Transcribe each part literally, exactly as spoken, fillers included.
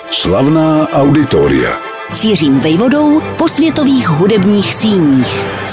Slavná auditoria. Cířím vejvodou po světových hudebních síních.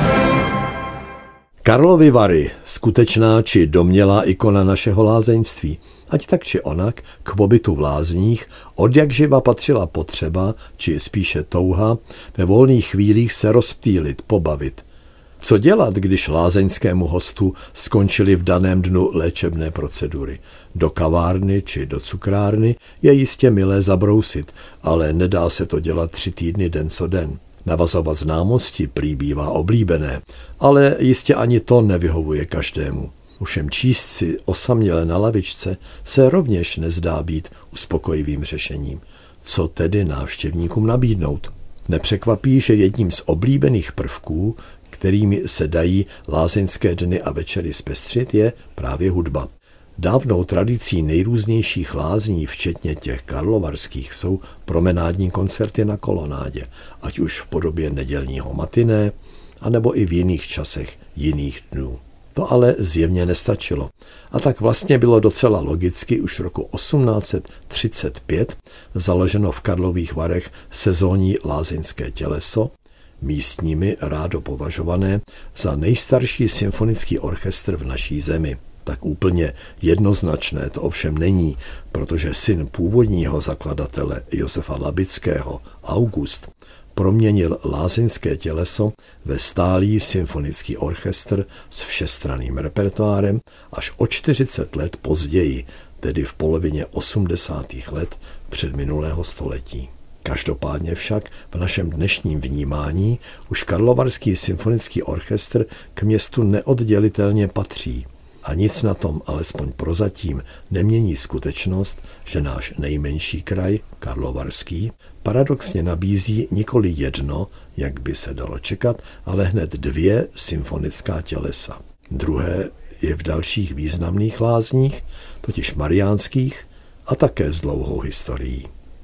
Karlovy Vary, skutečná či domnělá ikona našeho lázeňství. Ať tak či onak, k pobytu v lázních odjakživa patřila potřeba, či spíše touha, ve volných chvílích se rozptýlit, pobavit. Co dělat, když lázeňskému hostu skončily v daném dnu léčebné procedury? Do kavárny či do cukrárny je jistě milé zabrousit, ale nedá se to dělat tři týdny den co den. Navazovat známosti prý bývá oblíbené, ale jistě ani to nevyhovuje každému. Ovšem číst si osaměle na lavičce se rovněž nezdá být uspokojivým řešením. Co tedy návštěvníkům nabídnout? Nepřekvapí, že jedním z oblíbených prvků, kterými se dají lázeňské dny a večery zpestřit, je právě hudba. Dávnou tradicí nejrůznějších lázní, včetně těch karlovarských, jsou promenádní koncerty na kolonádě, ať už v podobě nedělního matiné, anebo i v jiných časech jiných dnů. To ale zjevně nestačilo. A tak vlastně bylo docela logicky už roku osmnáct set třicet pět založeno v Karlových Varech sezónní lázeňské těleso, místními rádo považované za nejstarší symfonický orchestr v naší zemi. Tak úplně jednoznačné to ovšem není, protože syn původního zakladatele Josefa Labického, August, proměnil lázeňské těleso ve stálý symfonický orchestr s všestranným repertoárem až o čtyřicet let později, tedy v polovině osmdesátých let předminulého století. Každopádně však v našem dnešním vnímání už Karlovarský symfonický orchestr k městu neoddělitelně patří. A nic na tom, alespoň prozatím, nemění skutečnost, že náš nejmenší kraj, Karlovarský, paradoxně nabízí nikoli jedno, jak by se dalo čekat, ale hned dvě symfonická tělesa. Druhé je v dalších významných lázních, totiž mariánských a také s dlouhou historií.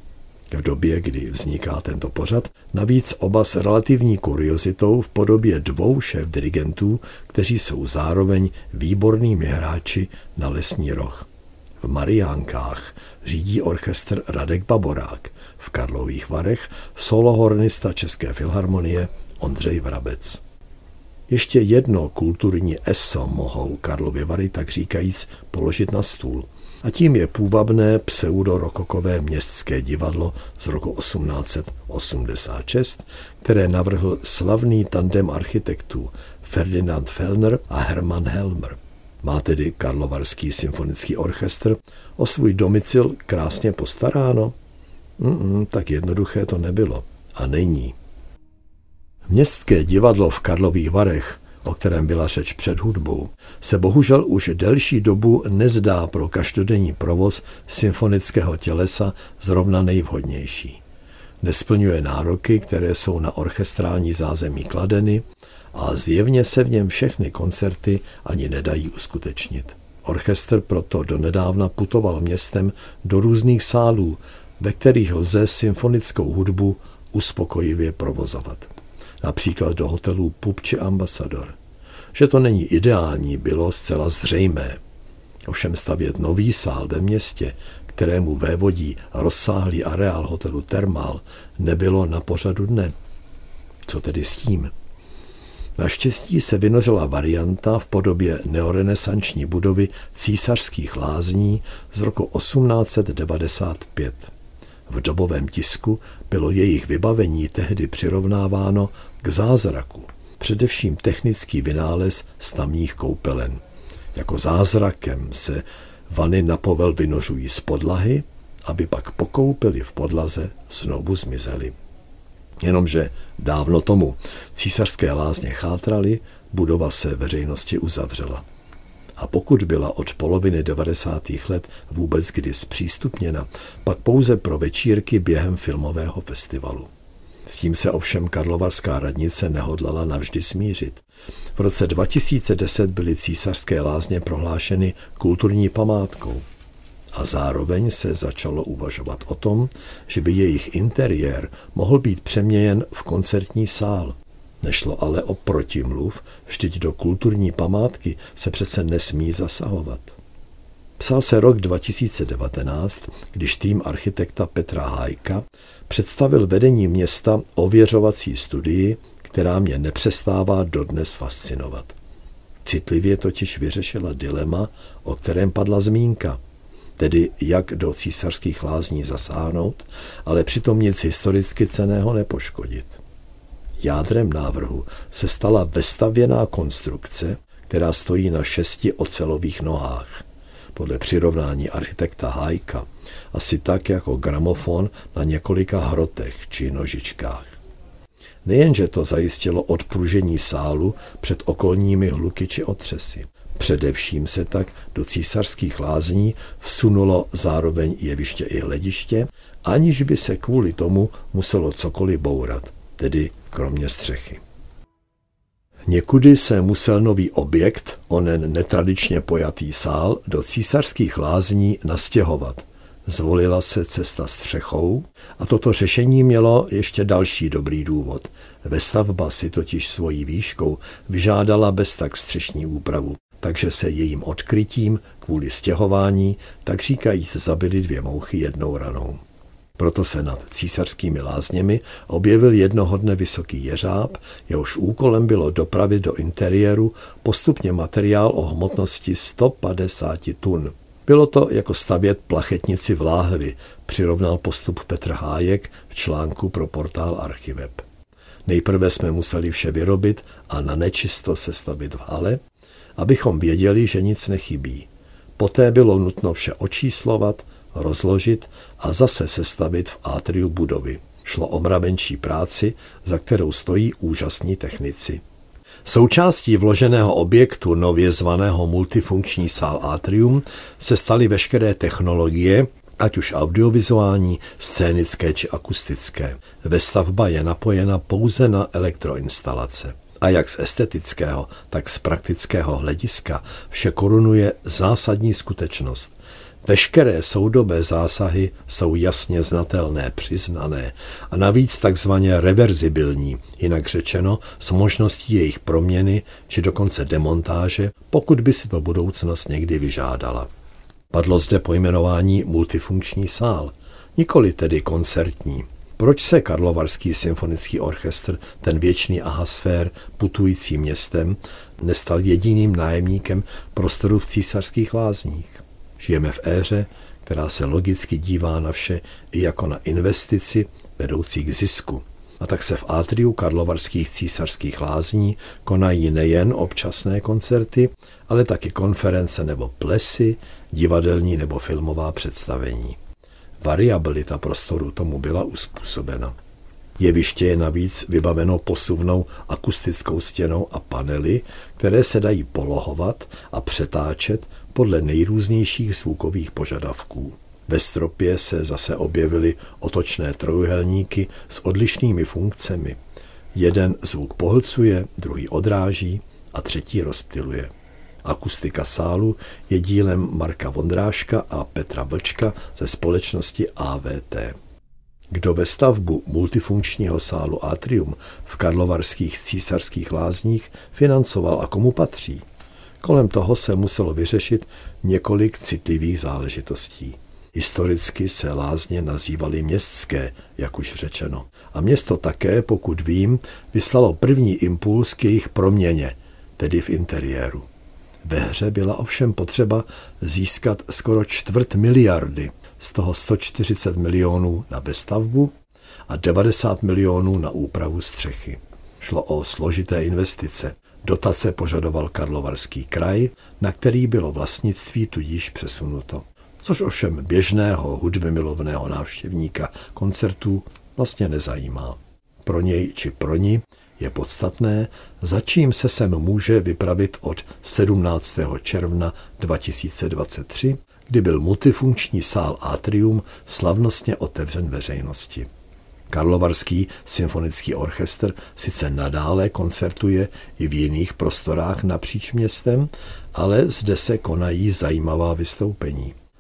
V době, kdy vzniká tento pořad, navíc oba s relativní kuriozitou v podobě dvou šéfdirigentů, kteří jsou zároveň výbornými hráči na lesní roh. V Mariánkách řídí orchestr Radek Baborák, v Karlových Varech solohornista České filharmonie Ondřej Vrabec. Ještě jedno kulturní eso mohou Karlovy Vary tak říkajíc položit na stůl. A tím je půvabné pseudorokokové městské divadlo z roku osmnáct set osmdesát šest, které navrhl slavný tandem architektů Ferdinand Fellner a Hermann Helmer. Má tedy Karlovarský symfonický orchestr o svůj domicil krásně postaráno? Mm-mm, tak jednoduché to nebylo a není. Městské divadlo v Karlových Varech, o kterém byla řeč před hudbou, se bohužel už delší dobu nezdá pro každodenní provoz symfonického tělesa zrovna nejvhodnější. Nesplňuje nároky, které jsou na orchestrální zázemí kladeny a zjevně se v něm všechny koncerty ani nedají uskutečnit. Orchestr proto donedávna putoval městem do různých sálů, ve kterých lze symfonickou hudbu uspokojivě provozovat. Například do hotelů Pub či Ambassador. Že to není ideální, bylo zcela zřejmé. Ovšem stavět nový sál ve městě, kterému vévodí rozsáhlý areál hotelu Thermal, nebylo na pořadu dne. Co tedy s tím? Naštěstí se vynořila varianta v podobě neorenesanční budovy Císařských lázní z roku osmnáct set devadesát pět. V dobovém tisku bylo jejich vybavení tehdy přirovnáváno k zázraku, především technický vynález z tamních koupelen. Jako zázrakem se vany na povel vynořují z podlahy, aby pak po koupeli v podlaze znovu zmizely. Jenomže dávno tomu císařské lázně chátraly, budova se veřejnosti uzavřela. A pokud byla od poloviny devadesátých let vůbec kdy zpřístupněna, pak pouze pro večírky během filmového festivalu. S tím se ovšem karlovarská radnice nehodlala navždy smířit. V roce dva tisíce deset byly císařské lázně prohlášeny kulturní památkou. A zároveň se začalo uvažovat o tom, že by jejich interiér mohl být přeměněn v koncertní sál. Nešlo ale o protimluv, vždyť do kulturní památky se přece nesmí zasahovat. Psal se rok dva tisíce devatenáct, když tým architekta Petra Hájka představil vedení města ověřovací studii, která mě nepřestává dodnes fascinovat. Citlivě totiž vyřešila dilema, o kterém padla zmínka, tedy jak do Císařských lázní zasáhnout, ale přitom nic historicky cenného nepoškodit. Jádrem návrhu se stala vestavěná konstrukce, která stojí na šesti ocelových nohách, podle přirovnání architekta Hájka, asi tak jako gramofon na několika hrotech či nožičkách. Nejenže to zajistilo odpružení sálu před okolními hluky či otřesy. Především se tak do Císařských lázní vsunulo zároveň jeviště i hlediště, aniž by se kvůli tomu muselo cokoliv bourat, tedy kromě střechy. Někudy se musel nový objekt, onen netradičně pojatý sál, do Císařských lázní nastěhovat. Zvolila se cesta střechou a toto řešení mělo ještě další dobrý důvod. Vestavba si totiž svojí výškou vyžádala bez tak střešní úpravu, takže se jejím odkrytím kvůli stěhování tak říkajíc zabily dvě mouchy jednou ranou. Proto se nad Císařskými lázněmi objevil jednoho dne vysoký jeřáb, jehož úkolem bylo dopravit do interiéru postupně materiál o hmotnosti sto padesát tun. Bylo to jako stavět plachetnici v láhvi, přirovnal postup Petr Hájek v článku pro portál Archiveb. Nejprve jsme museli vše vyrobit a na nečisto sestavit v hale, abychom věděli, že nic nechybí. Poté bylo nutno vše očíslovat, rozložit a zase sestavit v atriu budovy. Šlo o mravenčí práci, za kterou stojí úžasní technici. Součástí vloženého objektu, nově zvaného multifunkční sál Atrium, se staly veškeré technologie, ať už audiovizuální, scénické či akustické. Vestavba je napojena pouze na elektroinstalace. A jak z estetického, tak z praktického hlediska vše korunuje zásadní skutečnost. Veškeré soudobé zásahy jsou jasně znatelné, přiznané a navíc takzvaně reverzibilní, jinak řečeno s možností jejich proměny či dokonce demontáže, pokud by si to budoucnost někdy vyžádala. Padlo zde pojmenování multifunkční sál, nikoli tedy koncertní. Proč se Karlovarský symfonický orchestr, ten věčný ahasfér putující městem, nestal jediným nájemníkem prostoru v Císařských lázních? Žijeme v éře, která se logicky dívá na vše i jako na investici vedoucí k zisku. A tak se v atriu Karlovarských Císařských lázní konají nejen občasné koncerty, ale taky konference nebo plesy, divadelní nebo filmová představení. Variabilita prostoru tomu byla uspůsobena. Jeviště je navíc vybaveno posuvnou akustickou stěnou a panely, které se dají polohovat a přetáčet podle nejrůznějších zvukových požadavků. Ve stropě se zase objevily otočné trojúhelníky s odlišnými funkcemi. Jeden zvuk pohlcuje, druhý odráží a třetí rozptyluje. Akustika sálu je dílem Marka Vondráška a Petra Vlčka ze společnosti A V T. Kdo vestavbu multifunkčního sálu Atrium v Karlovarských Císařských lázních financoval a komu patří? Kolem toho se muselo vyřešit několik citlivých záležitostí. Historicky se lázně nazývaly městské, jak už řečeno. A město také, pokud vím, vyslalo první impuls k jejich proměně, tedy v interiéru. Ve hře byla ovšem potřeba získat skoro čtvrt miliardy, z toho sto čtyřicet milionů na vestavbu a devadesát milionů na úpravu střechy. Šlo o složité investice. Dotace požadoval Karlovarský kraj, na který bylo vlastnictví tudíž přesunuto. Což ovšem běžného hudbymilovného návštěvníka koncertů vlastně nezajímá. Pro něj či pro ní je podstatné, za čím se sem může vypravit od sedmnáctého června dva tisíce dvacet tři, kdy byl multifunkční sál Atrium slavnostně otevřen veřejnosti. Karlovarský symfonický orchestr sice nadále koncertuje i v jiných prostorách napříč městem, ale zde se konají zajímavá vystoupení.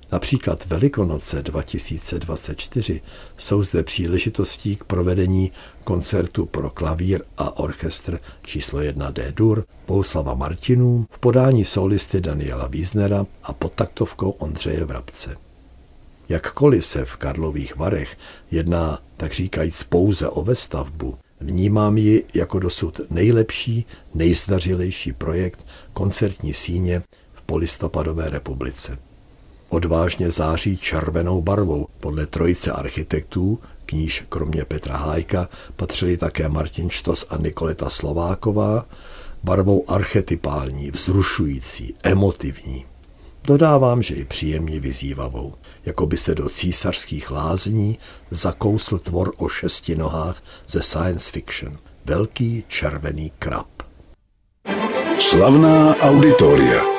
Například Velikonoce dva tisíce dvacet čtyři jsou zde příležitostí k provedení koncertu pro klavír a orchestr číslo jedna D-dur Bohuslava Martinů v podání solisty Daniela Wiesnera a pod taktovkou Ondřeje Vrabce. Jakkoliv se v Karlových Varech jedná, tak říkajíc, pouze o vestavbu, vnímám ji jako dosud nejlepší, nejzdařilejší projekt koncertní síně v polistopadové republice. Odvážně září červenou barvou. Podle trojice architektů, k níž kromě Petra Hájka patřili také Martin Štos a Nikoleta Slováková, barvou archetypální, vzrušující, emotivní. Dodávám, že i příjemně vyzývavou, jako by se do císařských lázní zakousl tvor o šesti nohách ze science fiction. Velký červený krab. Slavná auditoria.